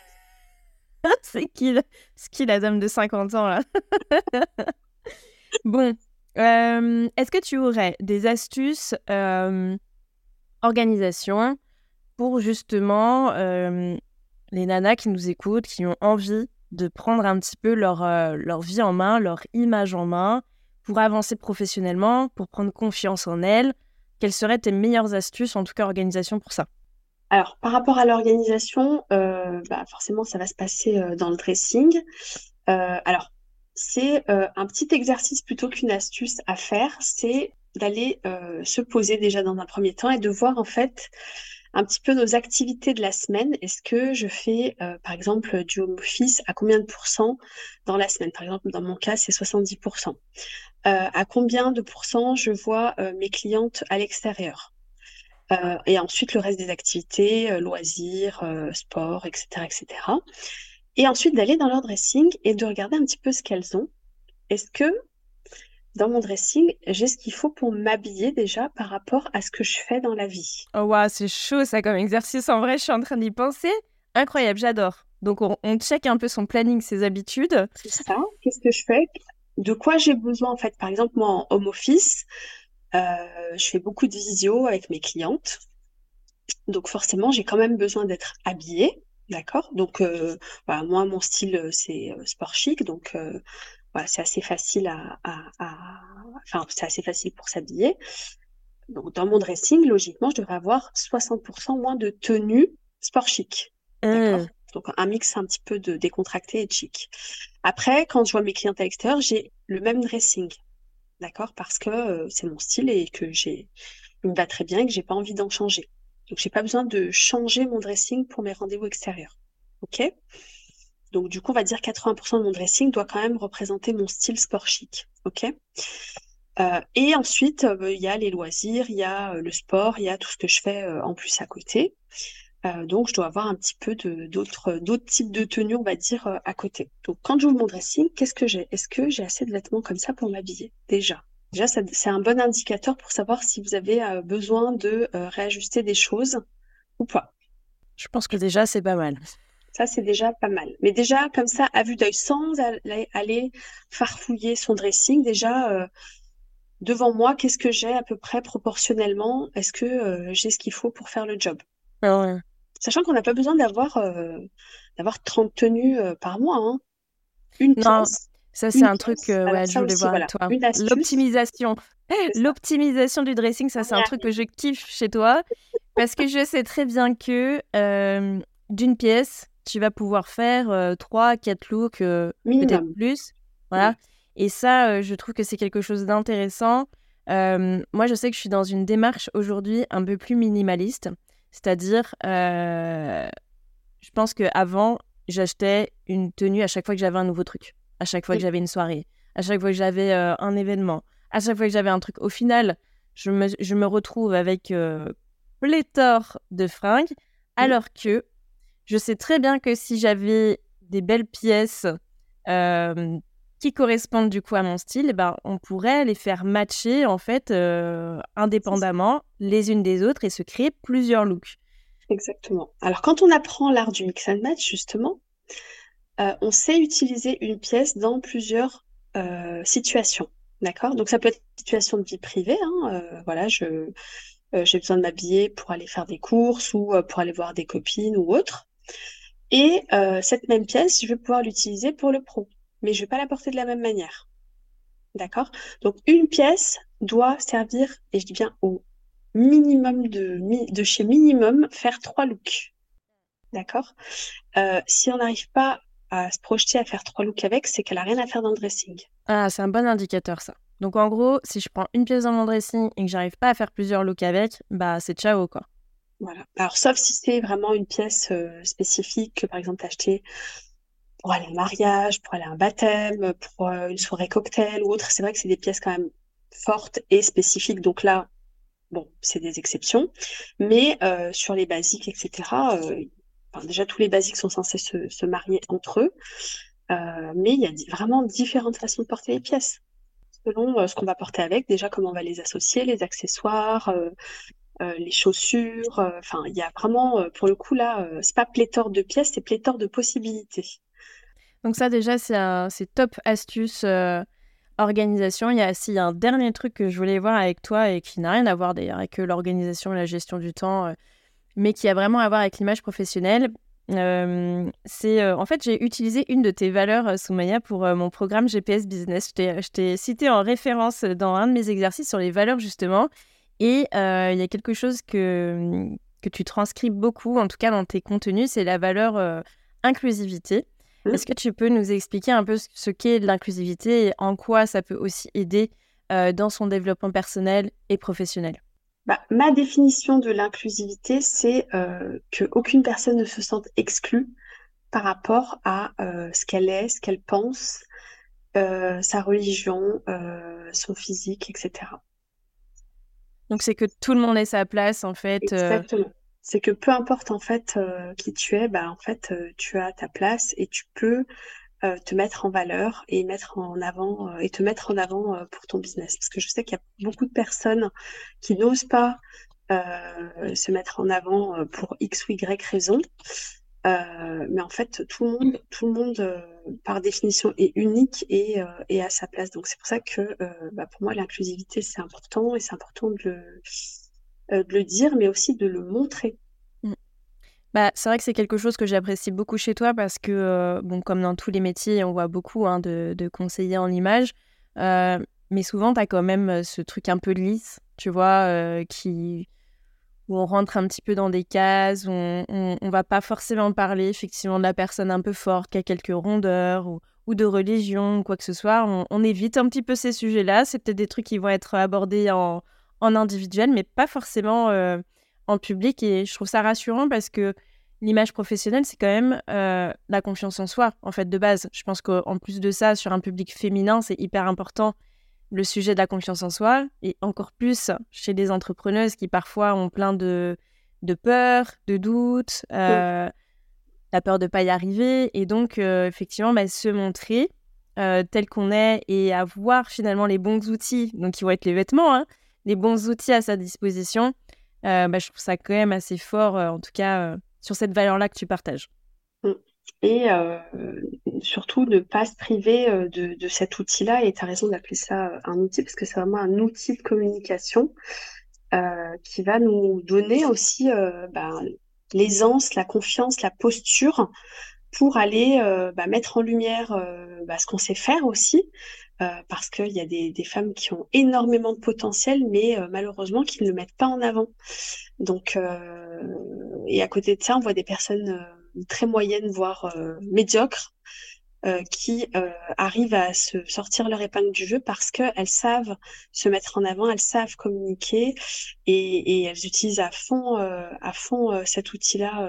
C'est qui la dame de 50 ans, là? Bon. Est-ce que tu aurais des astuces organisation pour justement les nanas qui nous écoutent, qui ont envie de prendre un petit peu leur vie en main, leur image en main, pour avancer professionnellement, pour prendre confiance en elles? Quelles seraient tes meilleures astuces, en tout cas organisation, pour ça? Alors, par rapport à l'organisation, bah, forcément, ça va se passer dans le dressing. Alors, c'est un petit exercice plutôt qu'une astuce à faire, c'est d'aller se poser déjà dans un premier temps et de voir en fait un petit peu nos activités de la semaine. Est-ce que je fais, par exemple, du home office à combien de pourcents dans la semaine? Par exemple, dans mon cas, c'est 70%. À combien de pourcents je vois mes clientes à l'extérieur? Et ensuite, le reste des activités, loisirs, sport, etc., etc. Et ensuite, d'aller dans leur dressing et de regarder un petit peu ce qu'elles ont. Est-ce que dans mon dressing, j'ai ce qu'il faut pour m'habiller déjà par rapport à ce que je fais dans la vie? Oh waouh, c'est chaud ça comme exercice. En vrai, je suis en train d'y penser. Incroyable, j'adore. Donc, on check un peu son planning, ses habitudes. C'est ça. Qu'est-ce que je fais? De quoi j'ai besoin en fait? Par exemple, moi en home office, je fais beaucoup de visio avec mes clientes. Donc forcément, j'ai quand même besoin d'être habillée. D'accord? Donc, voilà, moi, mon style, c'est sport chic. Donc, voilà, c'est assez facile enfin, c'est assez facile pour s'habiller. Donc, dans mon dressing, logiquement, je devrais avoir 60% moins de tenue sport chic. D'accord? Donc, un mix un petit peu de décontracté et de chic. Après, quand je vois mes clientes à l'extérieur, j'ai le même dressing. D'accord? Parce que c'est mon style et que il me va très bien et que j'ai pas envie d'en changer. Donc, j'ai pas besoin de changer mon dressing pour mes rendez-vous extérieurs. OK? Donc, du coup, on va dire 80% de mon dressing doit quand même représenter mon style sport chic. OK? Et ensuite, il y a les loisirs, il y a le sport, il y a tout ce que je fais en plus à côté. Donc, je dois avoir un petit peu d'autres types de tenues, on va dire, à côté. Donc, quand j'ouvre mon dressing, qu'est-ce que j'ai? Est-ce que j'ai assez de vêtements comme ça pour m'habiller? Déjà, c'est un bon indicateur pour savoir si vous avez besoin de réajuster des choses ou pas. Je pense que déjà, c'est pas mal. Ça, c'est déjà pas mal. Mais déjà, comme ça, à vue d'œil, sans aller farfouiller son dressing, déjà, devant moi, qu'est-ce que j'ai à peu près proportionnellement? Est-ce que j'ai ce qu'il faut pour faire le job? Ah ouais. Sachant qu'on n'a pas besoin d'avoir 30 tenues par mois, hein. Une Non, pièce, ça, c'est une un truc, pièce. Alors ouais, je ça voulais aussi, voir avec voilà, toi. une astuce, L'optimisation. c'est ça. L'optimisation du dressing, ça, On c'est y un truc que arrive. je kiffe chez toi. Parce que je sais très bien que d'une pièce, tu vas pouvoir faire 3-4 looks, peut-être Minimum. plus. Voilà. Ouais. Et ça, je trouve que c'est quelque chose d'intéressant. Moi, je sais que je suis dans une démarche aujourd'hui un peu plus minimaliste. C'est-à-dire, je pense qu'avant, j'achetais une tenue à chaque fois que j'avais un nouveau truc, à chaque fois que Mm. j'avais une soirée, à chaque fois que j'avais un événement, à chaque fois que j'avais un truc. Au final, je me retrouve avec pléthore de fringues, Mm. alors que je sais très bien que si j'avais des belles pièces euh, qui correspondent du coup à mon style, eh ben, on pourrait les faire matcher en fait C'est ça. indépendamment les unes des autres et se créer plusieurs looks. Exactement. Alors, quand on apprend l'art du mix and match, justement, on sait utiliser une pièce dans plusieurs situations. D'accord? Donc, ça peut être une situation de vie privée, hein, voilà, j'ai besoin de m'habiller pour aller faire des courses ou pour aller voir des copines ou autre. Et cette même pièce, je vais pouvoir l'utiliser pour le pro, mais je vais pas la porter de la même manière. D'accord? Donc, une pièce doit servir, et je dis bien au minimum de chez minimum, faire 3 looks. D'accord? Si on n'arrive pas à se projeter à faire 3 looks avec, c'est qu'elle a rien à faire dans le dressing. Ah, c'est un bon indicateur, ça. Donc, en gros, si je prends une pièce dans mon dressing et que j'arrive pas à faire plusieurs looks avec, bah, c'est ciao, quoi. Voilà. Alors, sauf si c'est vraiment une pièce spécifique que, par exemple, t'acheter pour aller à un mariage, pour aller à un baptême, pour une soirée cocktail ou autre. C'est vrai que c'est des pièces quand même fortes et spécifiques. Donc là, bon, c'est des exceptions. Mais sur les basiques, etc., enfin, déjà, tous les basiques sont censés se marier entre eux. Mais il y a vraiment différentes façons de porter les pièces. Selon ce qu'on va porter avec, déjà comment on va les associer, les accessoires, les chaussures. Enfin, il y a vraiment, pour le coup, là, c'est pas pléthore de pièces, c'est pléthore de possibilités. Donc, ça, déjà, c'est top astuce organisation. Il y a aussi un dernier truc que je voulais voir avec toi et qui n'a rien à voir d'ailleurs avec l'organisation et la gestion du temps, mais qui a vraiment à voir avec l'image professionnelle. En fait, j'ai utilisé une de tes valeurs, Soumaya, pour mon programme GPS Business. Je t'ai cité en référence dans un de mes exercices sur les valeurs, justement. Et il y a quelque chose que tu transcris beaucoup, en tout cas dans tes contenus, c'est la valeur inclusivité. Mmh. Est-ce que tu peux nous expliquer un peu ce qu'est l'inclusivité et en quoi ça peut aussi aider dans son développement personnel et professionnel? Ma définition de l'inclusivité, c'est qu'aucune personne ne se sente exclue par rapport à ce qu'elle est, ce qu'elle pense, sa religion, son physique, etc. Donc, c'est que tout le monde ait sa place, en fait. Exactement. C'est que peu importe en fait qui tu es, en fait tu as ta place et tu peux te mettre en valeur et mettre en avant et te mettre en avant pour ton business. Parce que je sais qu'il y a beaucoup de personnes qui n'osent pas se mettre en avant pour X ou Y raison. Mais en fait, tout le monde par définition est unique et à sa place. Donc c'est pour ça que pour moi, l'inclusivité, c'est important et c'est important de le dire, mais aussi de le montrer. Mm. C'est vrai que c'est quelque chose que j'apprécie beaucoup chez toi parce que, bon, comme dans tous les métiers, on voit beaucoup de conseillers en image. Mais souvent, tu as quand même ce truc un peu lisse, tu vois, où on rentre un petit peu dans des cases, où on va pas forcément parler effectivement de la personne un peu forte, qui a quelques rondeurs, ou de religion, ou quoi que ce soit. On évite un petit peu ces sujets-là. C'est peut-être des trucs qui vont être abordés en individuel, mais pas forcément en public. Et je trouve ça rassurant parce que l'image professionnelle, c'est quand même la confiance en soi, en fait, de base. Je pense qu'en plus de ça, sur un public féminin, c'est hyper important le sujet de la confiance en soi, et encore plus chez des entrepreneuses qui parfois ont plein de peurs, de doutes, Mm. la peur de ne pas y arriver. Et donc, effectivement, se montrer tel qu'on est et avoir finalement les bons outils, donc qui vont être les vêtements, hein, les bons outils à sa disposition, je trouve ça quand même assez fort, en tout cas, sur cette valeur-là que tu partages. Mm. Et surtout ne pas se priver de cet outil-là. Et tu as raison d'appeler ça un outil, parce que c'est vraiment un outil de communication qui va nous donner aussi l'aisance, la confiance, la posture pour aller mettre en lumière ce qu'on sait faire aussi. Parce qu'il y a des femmes qui ont énormément de potentiel, mais malheureusement qui ne le mettent pas en avant. Donc, et à côté de ça, on voit des personnes très moyennes, voire médiocres, qui arrivent à se sortir leur épingle du jeu parce qu'elles savent se mettre en avant, elles savent communiquer et elles utilisent à fond cet outil-là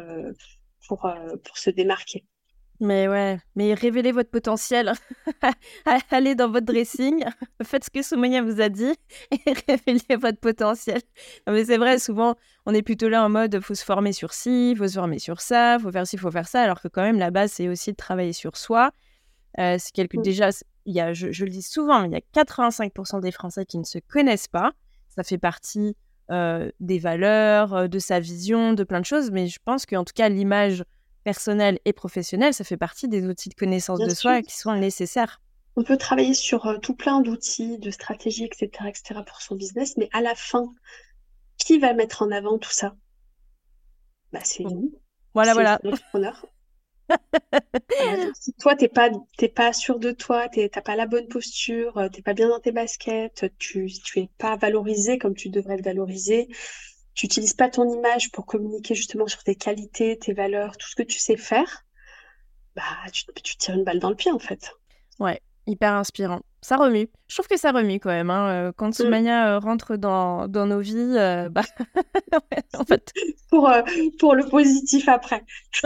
pour se démarquer. Mais ouais, mais révélez votre potentiel. Allez dans votre dressing, faites ce que Soumaya vous a dit et révélez votre potentiel. Non, mais c'est vrai, souvent, on est plutôt là en mode faut se former sur ci, faut se former sur ça, faut faire ci, faut faire ça, alors que quand même, la base, c'est aussi de travailler sur soi. C'est déjà, je le dis souvent, il y a 85% des Français qui ne se connaissent pas. Ça fait partie des valeurs, de sa vision, de plein de choses, mais je pense qu'en tout cas, l'image personnelle et professionnelle, ça fait partie des outils de connaissance Bien de sûr, soi qui sont nécessaires. on peut travailler sur tout plein d'outils, de stratégies, etc., pour son business, mais à la fin, qui va mettre en avant tout ça? C'est Bon. nous, Voilà, c'est voilà. l'entrepreneur. Donc si toi, t'es pas sûr de toi, t'as pas la bonne posture, t'es pas bien dans tes baskets, tu es pas valorisé comme tu devrais le valoriser, tu utilises pas ton image pour communiquer justement sur tes qualités, tes valeurs, tout ce que tu sais faire, tu tires une balle dans le pied en fait. Ouais, hyper inspirant. Ça remue. Je trouve que ça remue quand même. Hein. Quand Mm. Soumaya rentre dans nos vies, ouais, en fait, Pour, euh, pour le positif après.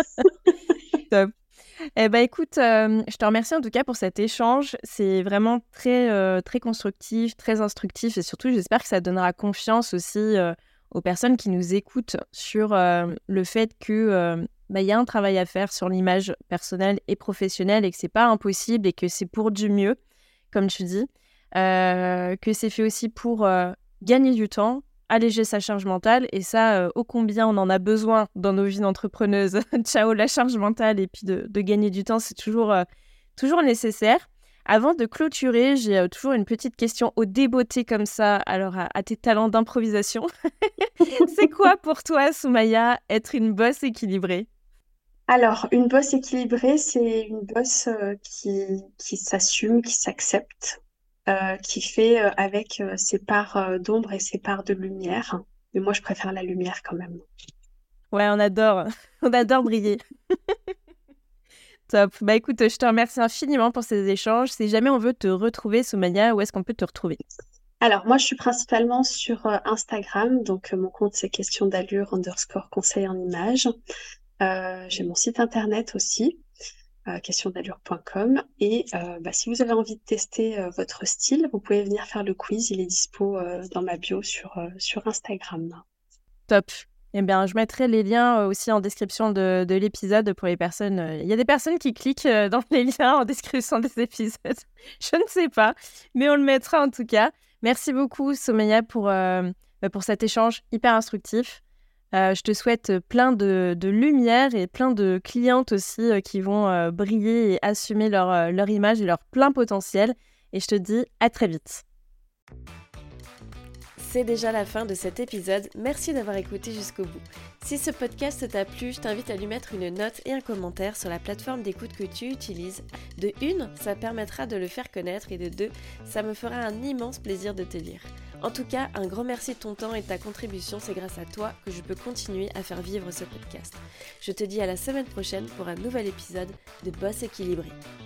top. Eh ben, écoute, je te remercie en tout cas pour cet échange. C'est vraiment très, très constructif, très instructif et surtout, j'espère que ça donnera confiance aussi aux personnes qui nous écoutent sur le fait que il y a un travail à faire sur l'image personnelle et professionnelle et que c'est pas impossible et que c'est pour du mieux, comme tu dis, que c'est fait aussi pour gagner du temps, alléger sa charge mentale et ça, ô combien on en a besoin dans nos vies d'entrepreneuses. Ciao la charge mentale et puis de gagner du temps, c'est toujours nécessaire. Avant de clôturer, j'ai toujours une petite question au débeauté comme ça, alors à tes talents d'improvisation. C'est quoi pour toi, Soumaya, être une boss équilibrée? Alors, une boss équilibrée, c'est une boss qui s'assume, qui s'accepte, qui fait avec ses parts d'ombre et ses parts de lumière. Mais moi, je préfère la lumière quand même. Ouais, on adore, on adore briller. Top. Bah écoute, je te remercie infiniment pour ces échanges. Si jamais on veut te retrouver, Soumaya, où est-ce qu'on peut te retrouver? Alors, moi, je suis principalement sur Instagram. Donc, mon compte, c'est question d'allure _conseil en images. J'ai mon site internet aussi, questiondallure.com. Et si vous avez envie de tester votre style, vous pouvez venir faire le quiz. Il est dispo dans ma bio sur Instagram. Top. Eh bien, je mettrai les liens aussi en description de l'épisode pour les personnes. Il y a des personnes qui cliquent dans les liens en description des épisodes. Je ne sais pas, mais on le mettra en tout cas. Merci beaucoup, Soumaya, pour cet échange hyper instructif. Je te souhaite plein de lumière et plein de clientes aussi qui vont briller et assumer leur image et leur plein potentiel. Et je te dis à très vite. C'est déjà la fin de cet épisode, merci d'avoir écouté jusqu'au bout. Si ce podcast t'a plu, je t'invite à lui mettre une note et un commentaire sur la plateforme d'écoute que tu utilises. De 1, ça permettra de le faire connaître et de 2, ça me fera un immense plaisir de te lire. En tout cas, un grand merci de ton temps et de ta contribution, c'est grâce à toi que je peux continuer à faire vivre ce podcast. Je te dis à la semaine prochaine pour un nouvel épisode de Boss équilibré.